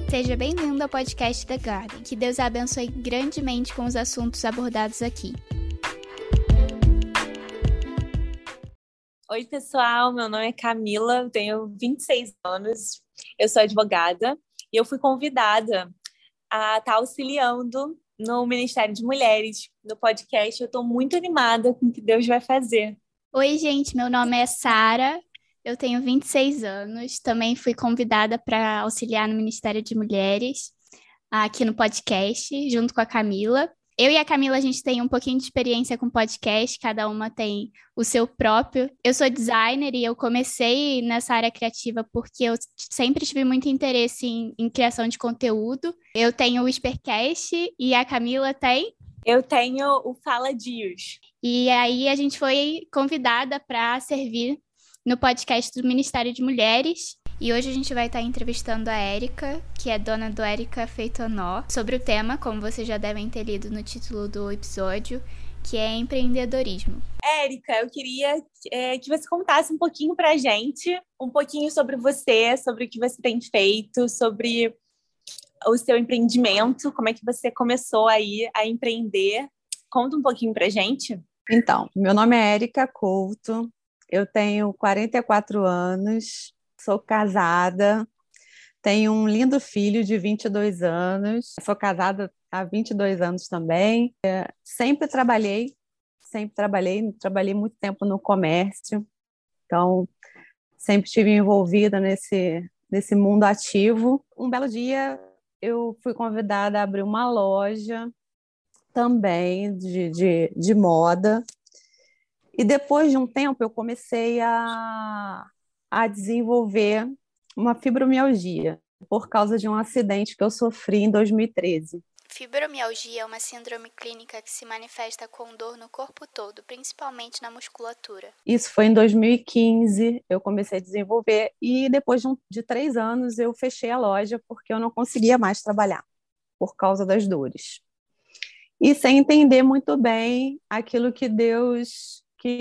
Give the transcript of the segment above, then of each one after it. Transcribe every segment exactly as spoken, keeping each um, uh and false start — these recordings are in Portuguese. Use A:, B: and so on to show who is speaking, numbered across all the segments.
A: Seja bem-vindo ao podcast The Garden. Que Deus a abençoe grandemente com os assuntos abordados aqui.
B: Oi, pessoal. Meu nome é Camila, eu tenho vinte e seis anos, eu sou advogada e eu fui convidada a estar auxiliando no Ministério de Mulheres, no podcast. Eu estou muito animada com o que Deus vai fazer.
A: Oi, gente. Meu nome é Sara. Eu tenho vinte e seis anos. Também fui convidada para auxiliar no Ministério de Mulheres, aqui no podcast, junto com a Camila. Eu e a Camila, a gente tem um pouquinho de experiência com podcast, cada uma tem o seu próprio. Eu sou designer e eu comecei nessa área criativa porque eu sempre tive muito interesse em, em criação de conteúdo. Eu tenho o Spercast e a Camila tem...
B: Eu tenho o Fala Dios.
A: E aí a gente foi convidada para servir no podcast do Ministério de Mulheres. E hoje a gente vai estar entrevistando a Érica, que é dona do Érica Feito Nó, sobre o tema, como vocês já devem ter lido no título do episódio, que é empreendedorismo.
B: Érica, eu queria é, que você contasse um pouquinho pra gente, um pouquinho sobre você, sobre o que você tem feito, sobre o seu empreendimento, como é que você começou aí a empreender. Conta um pouquinho pra gente.
C: Então, meu nome é Érica Couto, eu tenho quarenta e quatro anos, sou casada, tenho um lindo filho de vinte e dois anos, sou casada há vinte e dois anos também. É, sempre trabalhei, sempre trabalhei, trabalhei muito tempo no comércio, então sempre estive envolvida nesse, nesse mundo ativo. Um belo dia eu fui convidada a abrir uma loja também de, de, de moda, e depois de um tempo eu comecei a a desenvolver uma fibromialgia por causa de um acidente que eu sofri em dois mil e treze.
A: Fibromialgia é uma síndrome clínica que se manifesta com dor no corpo todo, principalmente na musculatura.
C: Isso foi em dois mil e quinze, eu comecei a desenvolver e depois de, um, de três anos eu fechei a loja porque eu não conseguia mais trabalhar por causa das dores. E sem entender muito bem aquilo que Deus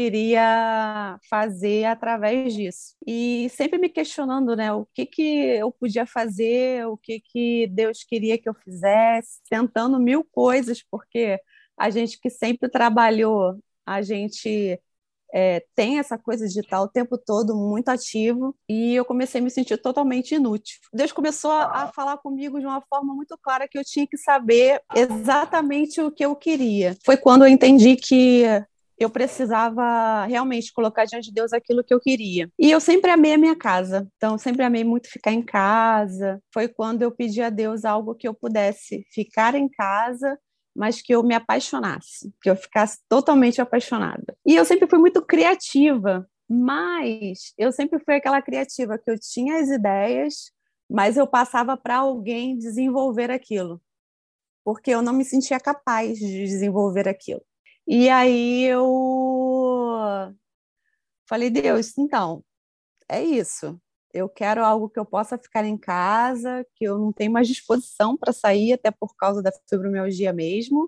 C: queria fazer através disso. E sempre me questionando, né, o que, que eu podia fazer, o que, que Deus queria que eu fizesse, tentando mil coisas, porque a gente que sempre trabalhou, a gente é, tem essa coisa digital o tempo todo muito ativo, e eu comecei a me sentir totalmente inútil. Deus começou a, a falar comigo de uma forma muito clara que eu tinha que saber exatamente o que eu queria. Foi quando eu entendi que eu precisava realmente colocar diante de Deus aquilo que eu queria. E eu sempre amei a minha casa, então sempre amei muito ficar em casa. Foi quando eu pedi a Deus algo que eu pudesse ficar em casa, mas que eu me apaixonasse, que eu ficasse totalmente apaixonada. E eu sempre fui muito criativa, mas eu sempre fui aquela criativa que eu tinha as ideias, mas eu passava para alguém desenvolver aquilo, porque eu não me sentia capaz de desenvolver aquilo. E aí eu falei, Deus, então, é isso. Eu quero algo que eu possa ficar em casa, que eu não tenho mais disposição para sair, até por causa da fibromialgia mesmo,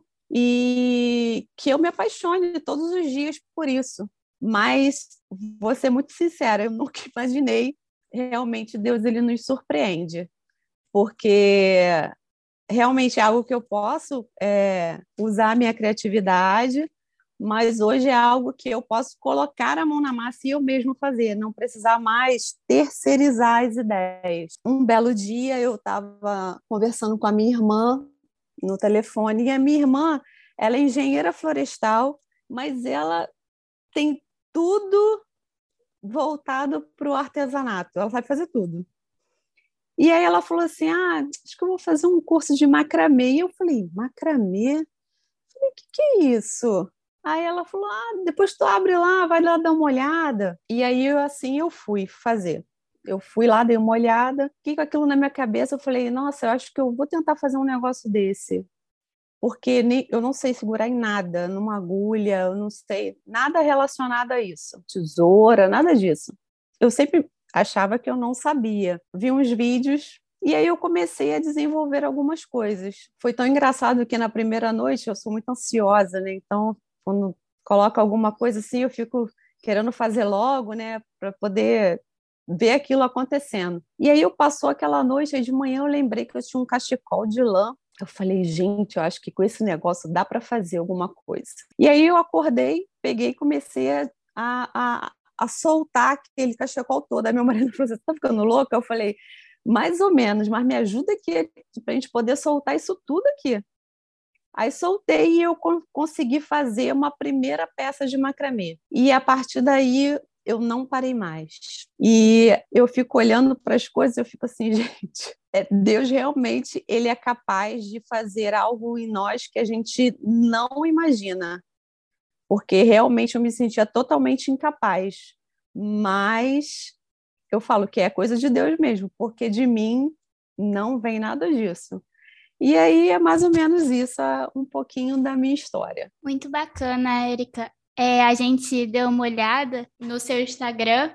C: e que eu me apaixone todos os dias por isso. Mas, vou ser muito sincera, eu nunca imaginei, realmente, Deus ele nos surpreende, porque realmente é algo que eu posso é, usar a minha criatividade, mas hoje é algo que eu posso colocar a mão na massa e eu mesmo fazer, não precisar mais terceirizar as ideias. Um belo dia eu estava conversando com a minha irmã no telefone, e a minha irmã, ela é engenheira florestal, mas ela tem tudo voltado para o artesanato, ela sabe fazer tudo. E aí ela falou assim, ah, acho que eu vou fazer um curso de macramê. E eu falei, macramê? Eu falei, o que, que é isso? Aí ela falou, ah, depois tu abre lá, vai lá dar uma olhada. E aí, eu, assim, eu fui fazer. Eu fui lá, dei uma olhada, fiquei com aquilo na minha cabeça, eu falei, nossa, eu acho que eu vou tentar fazer um negócio desse. Porque nem, eu não sei segurar em nada, numa agulha, eu não sei, nada relacionado a isso. Tesoura, nada disso. Eu sempre achava que eu não sabia. Vi uns vídeos e aí eu comecei a desenvolver algumas coisas. Foi tão engraçado que na primeira noite eu sou muito ansiosa, né? Então, quando coloco alguma coisa assim, eu fico querendo fazer logo, né? Para poder ver aquilo acontecendo. E aí eu passou aquela noite, aí de manhã eu lembrei que eu tinha um cachecol de lã. Eu falei, gente, eu acho que com esse negócio dá para fazer alguma coisa. E aí eu acordei, peguei e comecei a, a, a soltar aquele cachecol todo. Aí meu marido falou, você tá ficando louca? Eu falei, mais ou menos, mas me ajuda aqui para a gente poder soltar isso tudo aqui. Aí soltei e eu consegui fazer uma primeira peça de macramê. E a partir daí eu não parei mais. E eu fico olhando para as coisas e eu fico assim, gente, Deus realmente ele é capaz de fazer algo em nós que a gente não imagina. Porque realmente eu me sentia totalmente incapaz. Mas eu falo que é coisa de Deus mesmo, porque de mim não vem nada disso. E aí é mais ou menos isso, um pouquinho da minha história.
A: Muito bacana, Érica. É, a gente deu uma olhada no seu Instagram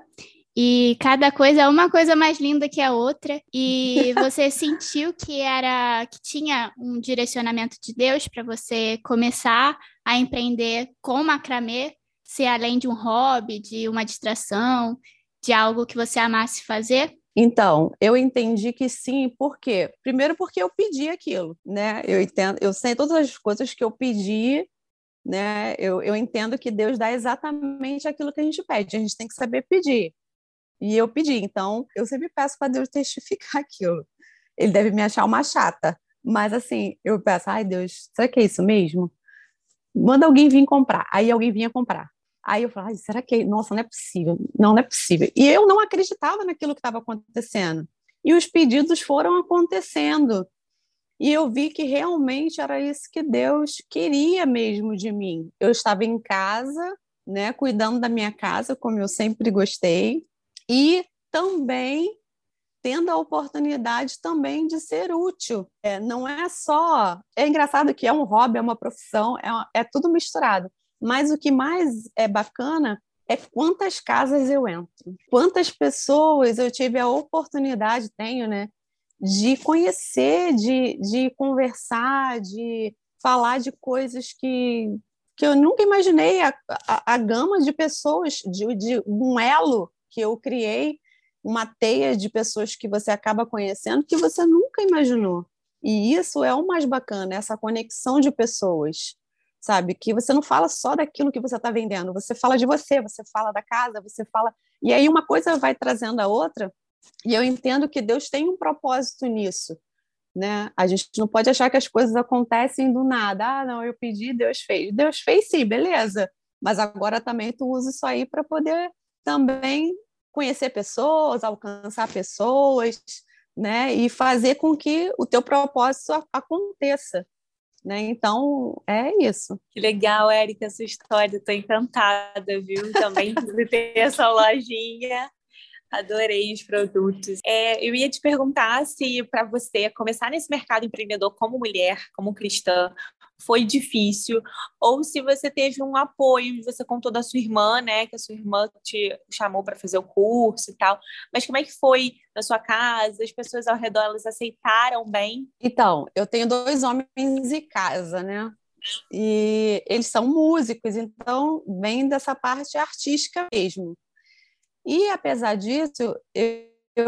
A: e cada coisa é uma coisa mais linda que a outra. E você sentiu que era que tinha um direcionamento de Deus para você começar a empreender com macramê, ser além de um hobby, de uma distração, de algo que você amasse fazer?
C: Então, eu entendi que sim, por quê? Primeiro porque eu pedi aquilo, né? Eu entendo, eu sei todas as coisas que eu pedi, né? Eu, eu entendo que Deus dá exatamente aquilo que a gente pede, a gente tem que saber pedir. E eu pedi, então eu sempre peço para Deus testificar aquilo. Ele deve me achar uma chata, mas assim, eu peço, ai Deus, será que é isso mesmo? Manda alguém vir comprar. Aí alguém vinha comprar. Aí eu falei, será que, nossa, não é possível, não, não é possível. E eu não acreditava naquilo que estava acontecendo. E os pedidos foram acontecendo. E eu vi que realmente era isso que Deus queria mesmo de mim. Eu estava em casa, né, cuidando da minha casa, como eu sempre gostei, e também tendo a oportunidade também de ser útil. É, não é só... É engraçado que é um hobby, é uma profissão, é, uma, é tudo misturado. Mas o que mais é bacana é quantas casas eu entro, quantas pessoas eu tive a oportunidade, tenho, né, de conhecer, de, de conversar, de falar de coisas que, que eu nunca imaginei, a, a, a gama de pessoas, de, de um elo que eu criei, uma teia de pessoas que você acaba conhecendo que você nunca imaginou. E isso é o mais bacana, essa conexão de pessoas, sabe? Que você não fala só daquilo que você está vendendo, você fala de você, você fala da casa, você fala... E aí uma coisa vai trazendo a outra, e eu entendo que Deus tem um propósito nisso, né? A gente não pode achar que as coisas acontecem do nada. Ah, não, eu pedi, Deus fez. Deus fez sim, beleza. Mas agora também tu usa isso aí para poder também conhecer pessoas, alcançar pessoas, né? E fazer com que o teu propósito aconteça, né? Então, é isso.
B: Que legal, Érica, essa história. Estou encantada, viu? Também visitei essa lojinha. Adorei os produtos. É, eu ia te perguntar se para você começar nesse mercado empreendedor como mulher, como cristã, foi difícil, ou se você teve um apoio, você contou da sua irmã, né, que a sua irmã te chamou para fazer o curso e tal, mas como é que foi na sua casa? As pessoas ao redor, elas aceitaram bem?
C: Então, eu tenho dois homens em casa, né? E eles são músicos, então vem dessa parte artística mesmo. E, apesar disso, eu,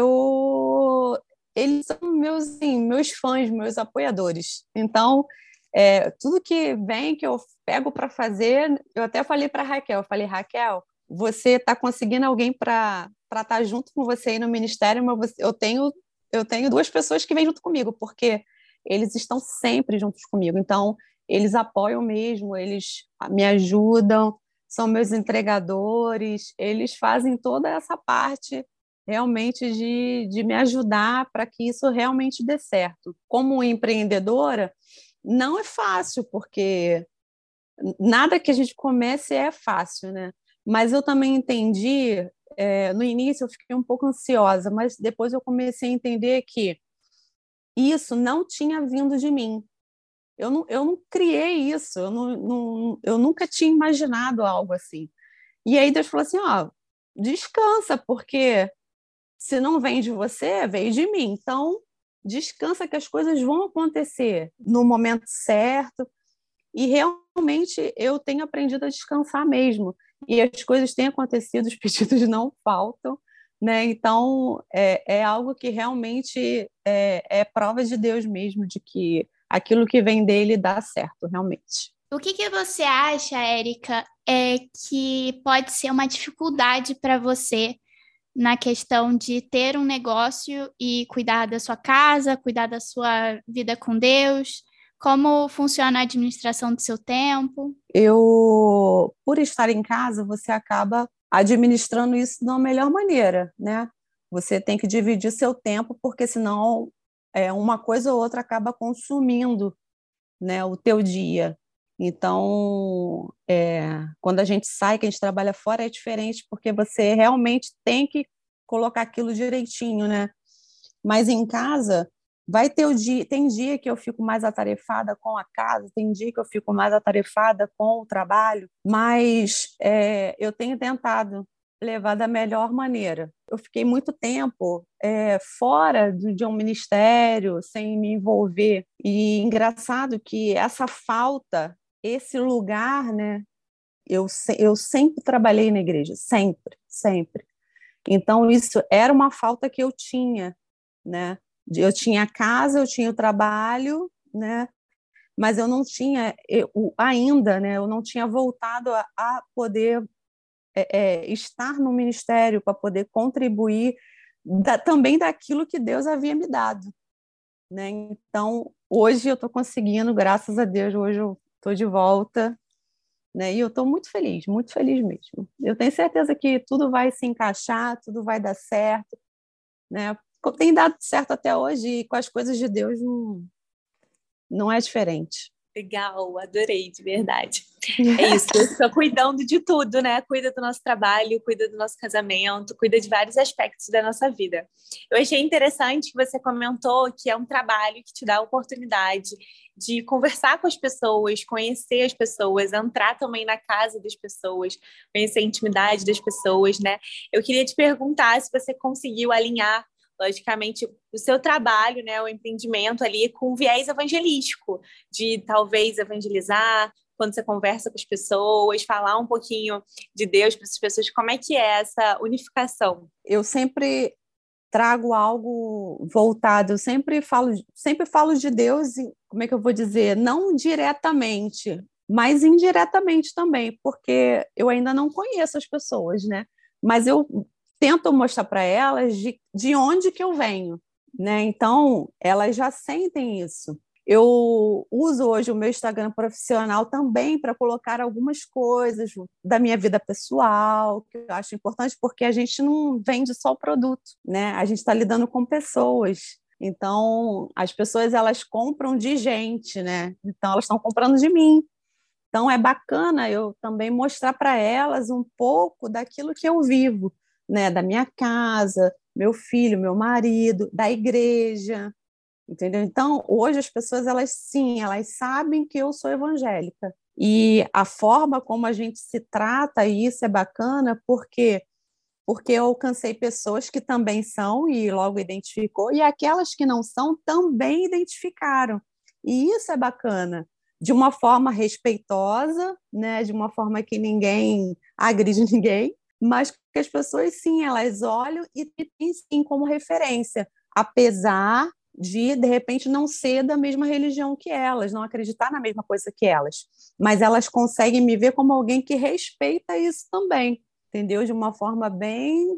C: eu- eles são meus, assim, meus fãs, meus apoiadores. Então, é, tudo que vem, que eu pego para fazer, eu até falei para a Raquel, eu falei, Raquel, você está conseguindo alguém para para estar junto com você aí no ministério, mas você- eu tenho, eu tenho duas pessoas que vêm junto comigo, porque eles estão sempre juntos comigo. Então, eles apoiam mesmo, eles me ajudam, são meus entregadores, eles fazem toda essa parte realmente de, de me ajudar para que isso realmente dê certo. Como empreendedora, não é fácil, porque nada que a gente comece é fácil, né? Mas eu também entendi, é, no início eu fiquei um pouco ansiosa, mas depois eu comecei a entender que isso não tinha vindo de mim. Eu não, eu não criei isso, eu, não, não, eu nunca tinha imaginado algo assim. E aí Deus falou assim, ó, descansa, porque se não vem de você, veio de mim. Então, descansa que as coisas vão acontecer no momento certo. E realmente eu tenho aprendido a descansar mesmo. E as coisas têm acontecido, os pedidos não faltam, né? Então, é, é algo que realmente é, é prova de Deus mesmo, de que aquilo que vem dele dá certo, realmente.
A: O que que você acha, Érica, é que pode ser uma dificuldade para você na questão de ter um negócio e cuidar da sua casa, cuidar da sua vida com Deus? Como funciona a administração do seu tempo?
C: Eu, por estar em casa, você acaba administrando isso da melhor maneira, né? Você tem que dividir seu tempo, porque senão é, uma coisa ou outra acaba consumindo, né, o teu dia. Então, é, quando a gente sai, que a gente trabalha fora, é diferente, porque você realmente tem que colocar aquilo direitinho, né? Mas em casa, vai ter o dia, tem dia que eu fico mais atarefada com a casa, tem dia que eu fico mais atarefada com o trabalho, mas é, eu tenho tentado levar da melhor maneira. Eu fiquei muito tempo é, fora de, de um ministério, sem me envolver. E engraçado que essa falta, esse lugar, né? Eu, se, eu sempre trabalhei na igreja, sempre, sempre. Então, isso era uma falta que eu tinha, né? Eu tinha a casa, eu tinha o trabalho, né? Mas eu não tinha eu, ainda, né? Eu não tinha voltado a, a poder é, é, estar no ministério para poder contribuir da, também daquilo que Deus havia me dado, né? Então, hoje eu estou conseguindo, graças a Deus, hoje eu estou de volta, né? E eu estou muito feliz, muito feliz mesmo. Eu tenho certeza que tudo vai se encaixar, tudo vai dar certo, né? Tem dado certo até hoje e com as coisas de Deus não, não é diferente.
B: Legal, adorei, de verdade. É isso, eu estou cuidando de tudo, né? Cuida do nosso trabalho, cuida do nosso casamento, cuida de vários aspectos da nossa vida. Eu achei interessante que você comentou que é um trabalho que te dá a oportunidade de conversar com as pessoas, conhecer as pessoas, entrar também na casa das pessoas, conhecer a intimidade das pessoas, né? Eu queria te perguntar se você conseguiu alinhar logicamente, o seu trabalho, né, o empreendimento ali com viés evangelístico, de talvez evangelizar, quando você conversa com as pessoas, falar um pouquinho de Deus para essas pessoas, como é que é essa unificação?
C: Eu sempre trago algo voltado, eu sempre falo, sempre falo de Deus, como é que eu vou dizer, não diretamente, mas indiretamente também, porque eu ainda não conheço as pessoas, né? Mas eu tento mostrar para elas de, de onde que eu venho, né? Então, elas já sentem isso. Eu uso hoje o meu Instagram profissional também para colocar algumas coisas da minha vida pessoal, que eu acho importante, porque a gente não vende só o produto, né? A gente está lidando com pessoas. Então, as pessoas elas compram de gente, né? Então, elas estão comprando de mim. Então, é bacana eu também mostrar para elas um pouco daquilo que eu vivo, né? Da minha casa, meu filho, meu marido, da igreja, entendeu? Então, hoje as pessoas, elas sim, elas sabem que eu sou evangélica. E a forma como a gente se trata, e isso é bacana, porque porque eu alcancei pessoas que também são e logo identificou, e aquelas que não são também identificaram. E isso é bacana, de uma forma respeitosa, né, de uma forma que ninguém agride ninguém, mas que as pessoas, sim, elas olham e têm, sim, como referência, apesar de, de repente, não ser da mesma religião que elas, não acreditar na mesma coisa que elas, mas elas conseguem me ver como alguém que respeita isso também, entendeu? De uma forma bem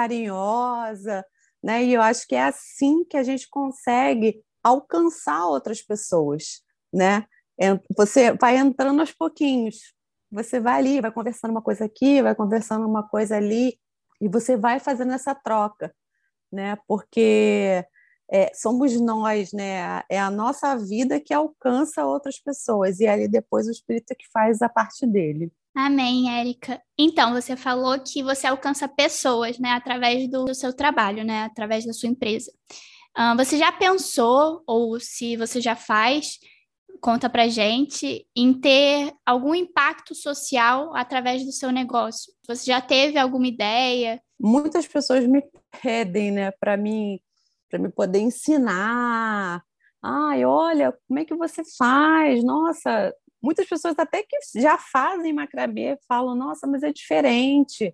C: carinhosa, né? E eu acho que é assim que a gente consegue alcançar outras pessoas, né? Você vai entrando aos pouquinhos, você vai ali, vai conversando uma coisa aqui, vai conversando uma coisa ali, e você vai fazendo essa troca, né? Porque é, somos nós, né? É a nossa vida que alcança outras pessoas, e ali depois o Espírito que faz a parte dele.
A: Amém, Érica. Então, você falou que você alcança pessoas, né, através do, do seu trabalho, né, através da sua empresa. Uh, você já pensou, ou se você já faz, conta pra gente, em ter algum impacto social através do seu negócio? Você já teve alguma ideia?
C: Muitas pessoas me pedem, né, para mim, para me poder ensinar. Ai, olha, como é que você faz? Nossa, muitas pessoas até que já fazem macramê falam, nossa, mas é diferente,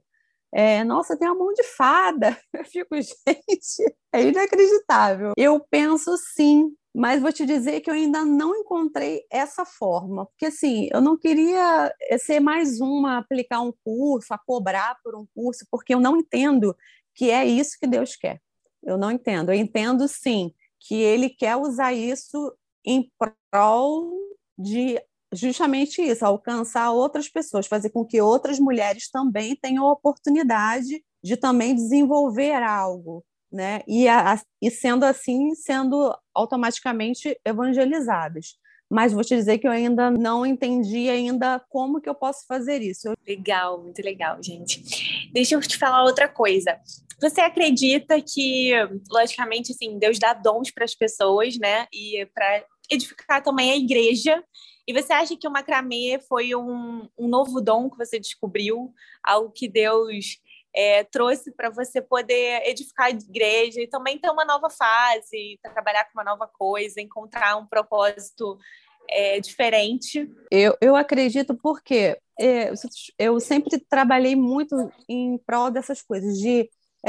C: É, nossa, tem uma mão de fada. Eu fico, gente, é inacreditável. Eu penso sim, mas vou te dizer que eu ainda não encontrei essa forma, porque assim, eu não queria ser mais uma, aplicar um curso, a cobrar por um curso, porque eu não entendo que é isso que Deus quer. Eu não entendo. Eu entendo sim que Ele quer usar isso em prol de justamente isso, alcançar outras pessoas, fazer com que outras mulheres também tenham a oportunidade de também desenvolver algo, né? E, a, e sendo assim, sendo automaticamente evangelizadas. Mas vou te dizer que eu ainda não entendi ainda como que eu posso fazer isso.
B: Legal, muito legal, gente. Deixa eu te falar outra coisa. Você acredita que, logicamente, assim, Deus dá dons para as pessoas, né? E para edificar também a igreja. E você acha que o macramê foi um, um novo dom que você descobriu? Algo que Deus é, trouxe para você poder edificar a igreja e também ter uma nova fase, trabalhar com uma nova coisa, encontrar um propósito é, diferente?
C: Eu, eu acredito porque é, eu sempre trabalhei muito em prol dessas coisas, de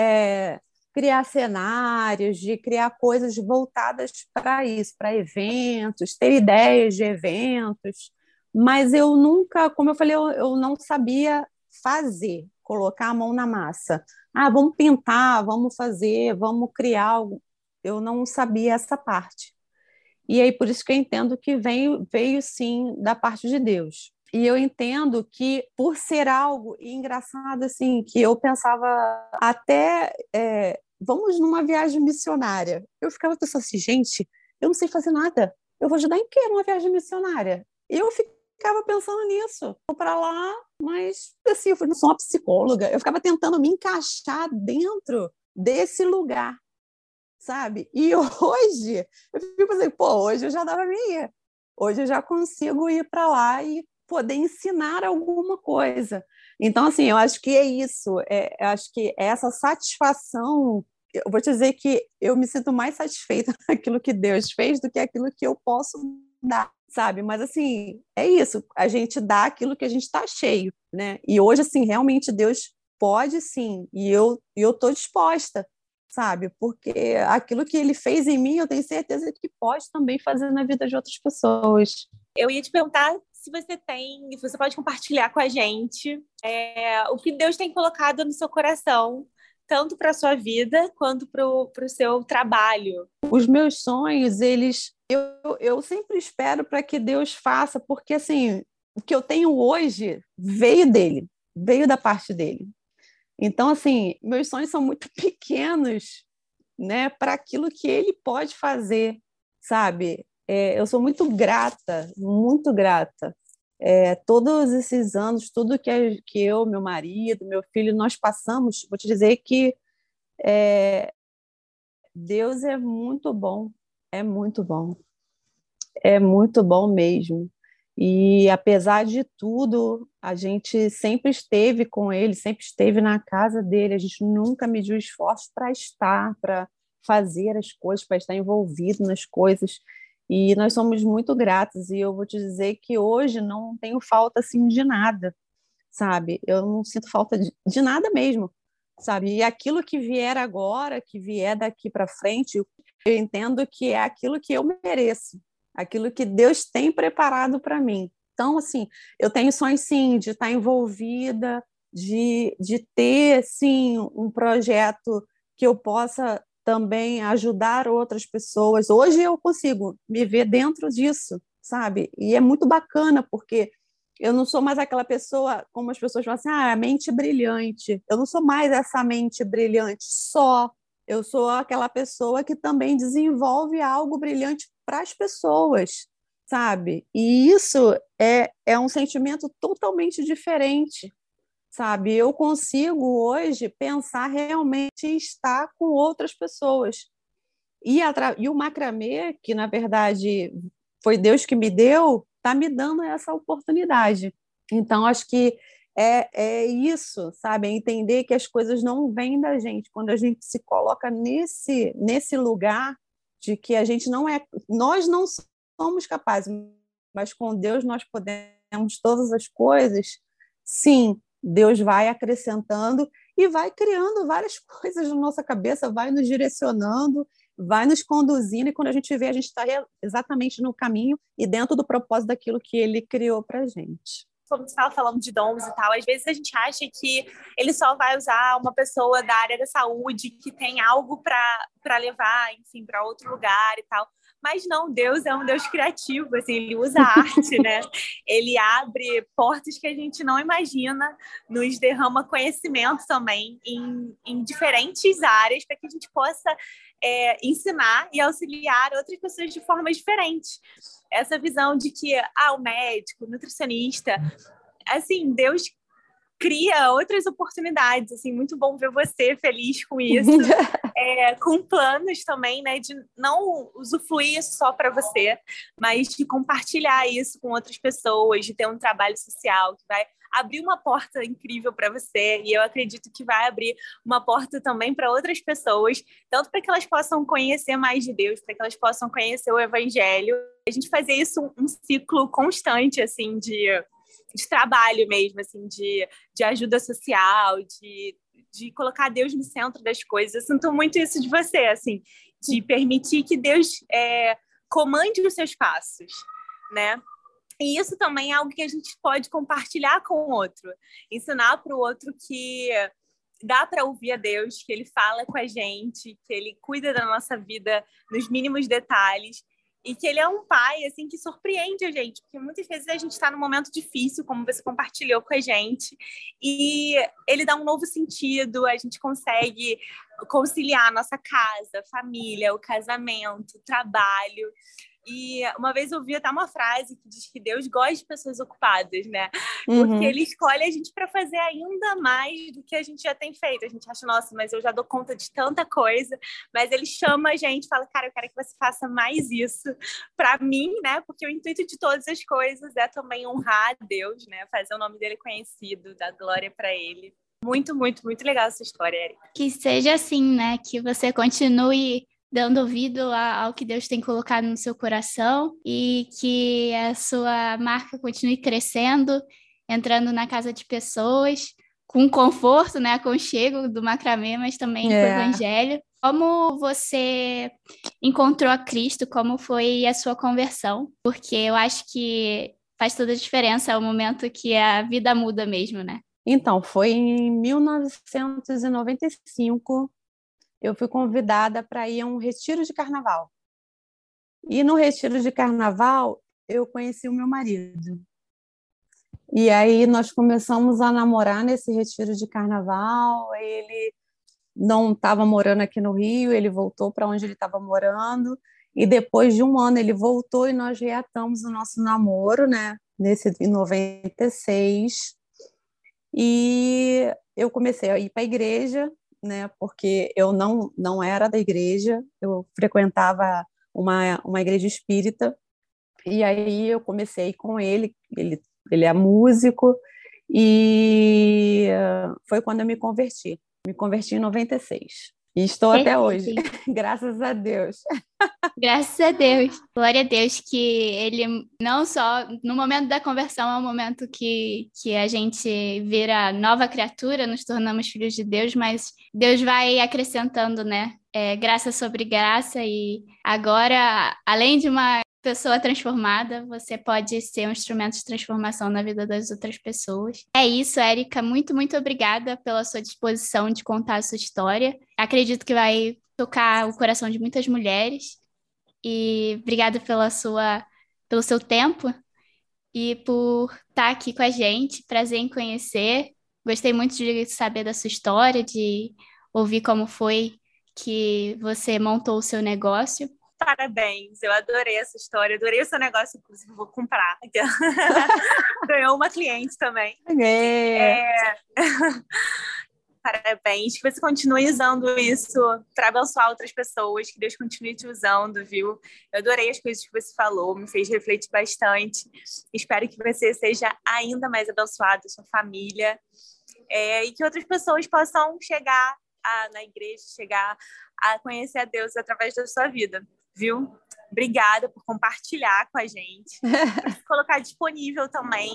C: é, criar cenários, de criar coisas voltadas para isso, para eventos, ter ideias de eventos, mas eu nunca, como eu falei, eu, eu não sabia fazer, colocar a mão na massa. Ah, vamos pintar, vamos fazer, vamos criar algo. Eu não sabia essa parte. E aí, por isso que eu entendo que veio, veio sim da parte de Deus. E eu entendo que, por ser algo e engraçado, assim, que eu pensava até, é, vamos numa viagem missionária. Eu ficava pensando assim, gente, eu não sei fazer nada. Eu vou ajudar em quê numa viagem missionária? Eu ficava pensando nisso. Vou para lá, mas, assim, eu não sou uma psicóloga. Eu ficava tentando me encaixar dentro desse lugar, sabe? E hoje, eu fico pensando, pô, hoje eu já dava minha. Hoje eu já consigo ir para lá e poder ensinar alguma coisa. Então, assim, eu acho que é isso. É, eu acho que essa satisfação, eu vou te dizer que eu me sinto mais satisfeita naquilo que Deus fez do que aquilo que eu posso dar, sabe? Mas, assim, é isso. A gente dá aquilo que a gente está cheio, né? E hoje, assim, realmente Deus pode, sim. E eu eu estou disposta, sabe? Porque aquilo que ele fez em mim, eu tenho certeza que pode também fazer na vida de outras pessoas.
B: Eu ia te perguntar se você tem, se você pode compartilhar com a gente é, o que Deus tem colocado no seu coração, tanto para a sua vida quanto para o seu trabalho.
C: Os meus sonhos, eles, eu, eu sempre espero para que Deus faça, porque assim, o que eu tenho hoje veio dele, veio da parte dele. Então, assim, meus sonhos são muito pequenos, né, para aquilo que ele pode fazer, sabe? É, eu sou muito grata, muito grata. É, todos esses anos, tudo que, a, que eu, meu marido, meu filho, nós passamos, vou te dizer que é, Deus é muito bom, é muito bom, é muito bom mesmo. E apesar de tudo, a gente sempre esteve com ele, sempre esteve na casa dele, a gente nunca mediu esforço para estar, para fazer as coisas, para estar envolvido nas coisas. E nós somos muito gratos, e eu vou te dizer que hoje não tenho falta assim de nada, sabe? Eu não sinto falta de, de nada mesmo, sabe? E aquilo que vier agora, que vier daqui para frente, eu entendo que é aquilo que eu mereço, aquilo que Deus tem preparado para mim. Então, assim, eu tenho sonhos, sim, de estar envolvida, de, de ter, sim, um projeto que eu possa também ajudar outras pessoas. Hoje eu consigo me ver dentro disso, sabe? E é muito bacana, porque eu não sou mais aquela pessoa, como as pessoas falam assim, ah, mente brilhante. Eu não sou mais essa mente brilhante só. Eu sou aquela pessoa que também desenvolve algo brilhante para as pessoas, sabe? E isso é, é um sentimento totalmente diferente, sabe? Eu consigo hoje pensar realmente em estar com outras pessoas. E, atra... e o macramê, que na verdade foi Deus que me deu, está me dando essa oportunidade. Então, acho que é, é isso, sabe? É entender que as coisas não vêm da gente. Quando a gente se coloca nesse, nesse lugar de que a gente não é... Nós não somos capazes, mas com Deus nós podemos todas as coisas, sim, Deus vai acrescentando e vai criando várias coisas na nossa cabeça, vai nos direcionando, vai nos conduzindo, e quando a gente vê, a gente está exatamente no caminho e dentro do propósito daquilo que ele criou para a gente.
B: Como você estava falando de dons e tal, às vezes a gente acha que ele só vai usar uma pessoa da área da saúde que tem algo para levar, enfim, para outro lugar e tal. Mas não, Deus é um Deus criativo, assim, ele usa a arte, né? Ele abre portas que a gente não imagina, nos derrama conhecimento também em, em diferentes áreas para que a gente possa é, ensinar e auxiliar outras pessoas de formas diferentes. Essa visão de que ah, o médico, o nutricionista, assim, Deus cria outras oportunidades, assim, muito bom ver você feliz com isso, é, com planos também, né, de não usufruir isso só para você, mas de compartilhar isso com outras pessoas, de ter um trabalho social que vai abrir uma porta incrível para você, e eu acredito que vai abrir uma porta também para outras pessoas, tanto para que elas possam conhecer mais de Deus, para que elas possam conhecer o Evangelho, a gente fazer isso um, um ciclo constante, assim, de de trabalho mesmo, assim, de, de ajuda social, de, de colocar Deus no centro das coisas. Eu sinto muito isso de você, assim, de permitir que Deus é, comande os seus passos, né? E isso também é algo que a gente pode compartilhar com o outro, ensinar para o outro que dá para ouvir a Deus, que Ele fala com a gente, que Ele cuida da nossa vida nos mínimos detalhes, e que ele é um pai, assim, que surpreende a gente, porque muitas vezes a gente está num momento difícil, como você compartilhou com a gente, e ele dá um novo sentido, a gente consegue conciliar a nossa casa, família, o casamento, o trabalho. E uma vez eu ouvi até uma frase que diz que Deus gosta de pessoas ocupadas, né? Porque uhum. Ele escolhe a gente para fazer ainda mais do que a gente já tem feito. A gente acha, nossa, mas eu já dou conta de tanta coisa. Mas ele chama a gente, fala, cara, eu quero que você faça mais isso para mim, né? Porque o intuito de todas as coisas é também honrar a Deus, né? Fazer o nome dele conhecido, dar glória para ele. Muito, muito, muito legal essa história, Erika.
A: Que seja assim, né? Que você continue dando ouvido ao que Deus tem colocado no seu coração e que a sua marca continue crescendo, entrando na casa de pessoas, com conforto, né, aconchego do macramê, mas também é. com o evangelho. Como você encontrou a Cristo? Como foi a sua conversão? Porque eu acho que faz toda a diferença, é o momento que a vida muda mesmo, né?
C: Então, foi em mil novecentos e noventa e cinco, eu fui convidada para ir a um retiro de carnaval. E no retiro de carnaval, eu conheci o meu marido. E aí nós começamos a namorar nesse retiro de carnaval. Ele não estava morando aqui no Rio, ele voltou para onde ele estava morando. E depois de um ano ele voltou e nós reatamos o nosso namoro, né? Nesse, em noventa e seis. E eu comecei a ir para a igreja, né? Porque eu não, não era da igreja, eu frequentava uma, uma igreja espírita, e aí eu comecei com ele, ele, ele é músico, e foi quando eu me converti. Me converti em noventa e seis. E estou até hoje, graças a Deus.
A: Graças a Deus. Glória a Deus que ele não só, no momento da conversão, é o momento que, que a gente vira nova criatura, nos tornamos filhos de Deus, mas Deus vai acrescentando, né? É, graça sobre graça, e agora, além de uma pessoa transformada, você pode ser um instrumento de transformação na vida das outras pessoas. É isso, Érica. Muito, muito obrigada pela sua disposição de contar a sua história. Acredito que vai tocar o coração de muitas mulheres. E obrigada pela sua, pelo seu tempo e por estar aqui com a gente. Prazer em conhecer. Gostei muito de saber da sua história, de ouvir como foi que você montou o seu negócio.
B: Parabéns, eu adorei essa história, adorei o seu negócio, inclusive vou comprar. Ganhou uma cliente também.
C: É.
B: É... Parabéns, que você continue usando isso para abençoar outras pessoas, que Deus continue te usando, viu? Eu adorei as coisas que você falou, me fez refletir bastante. Espero que você seja ainda mais abençoado, sua família, é, e que outras pessoas possam chegar a, na igreja, chegar a conhecer a Deus através da sua vida, viu? Obrigada por compartilhar com a gente, por se colocar disponível também.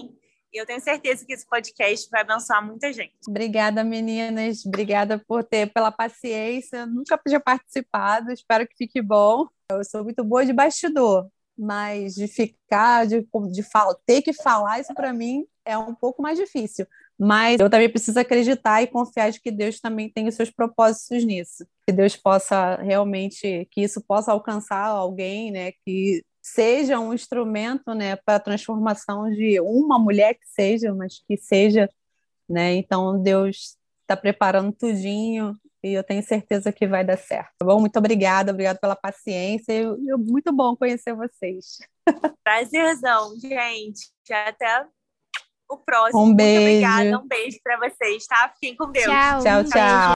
B: E eu tenho certeza que esse podcast vai abençoar muita gente.
C: Obrigada, meninas. Obrigada por ter, pela paciência. Eu nunca tinha participado, espero que fique bom. Eu sou muito boa de bastidor, mas de ficar, de, de falar, ter que falar, isso para mim é um pouco mais difícil. Mas eu também preciso acreditar e confiar de que Deus também tem os seus propósitos nisso. Que Deus possa realmente, que isso possa alcançar alguém, né? Que seja um instrumento, né, para a transformação de uma mulher que seja, mas que seja, né? Então Deus está preparando tudinho e eu tenho certeza que vai dar certo. Tá bom? Muito obrigada, obrigada pela paciência. E, e muito bom conhecer vocês.
B: Prazerzão, gente. Até o próximo.
C: Um
B: Muito
C: beijo.
B: obrigada. Um beijo para vocês, tá? Fiquem com Deus.
A: Tchau,
C: Tchau,
A: um
C: tchau.
A: beijo.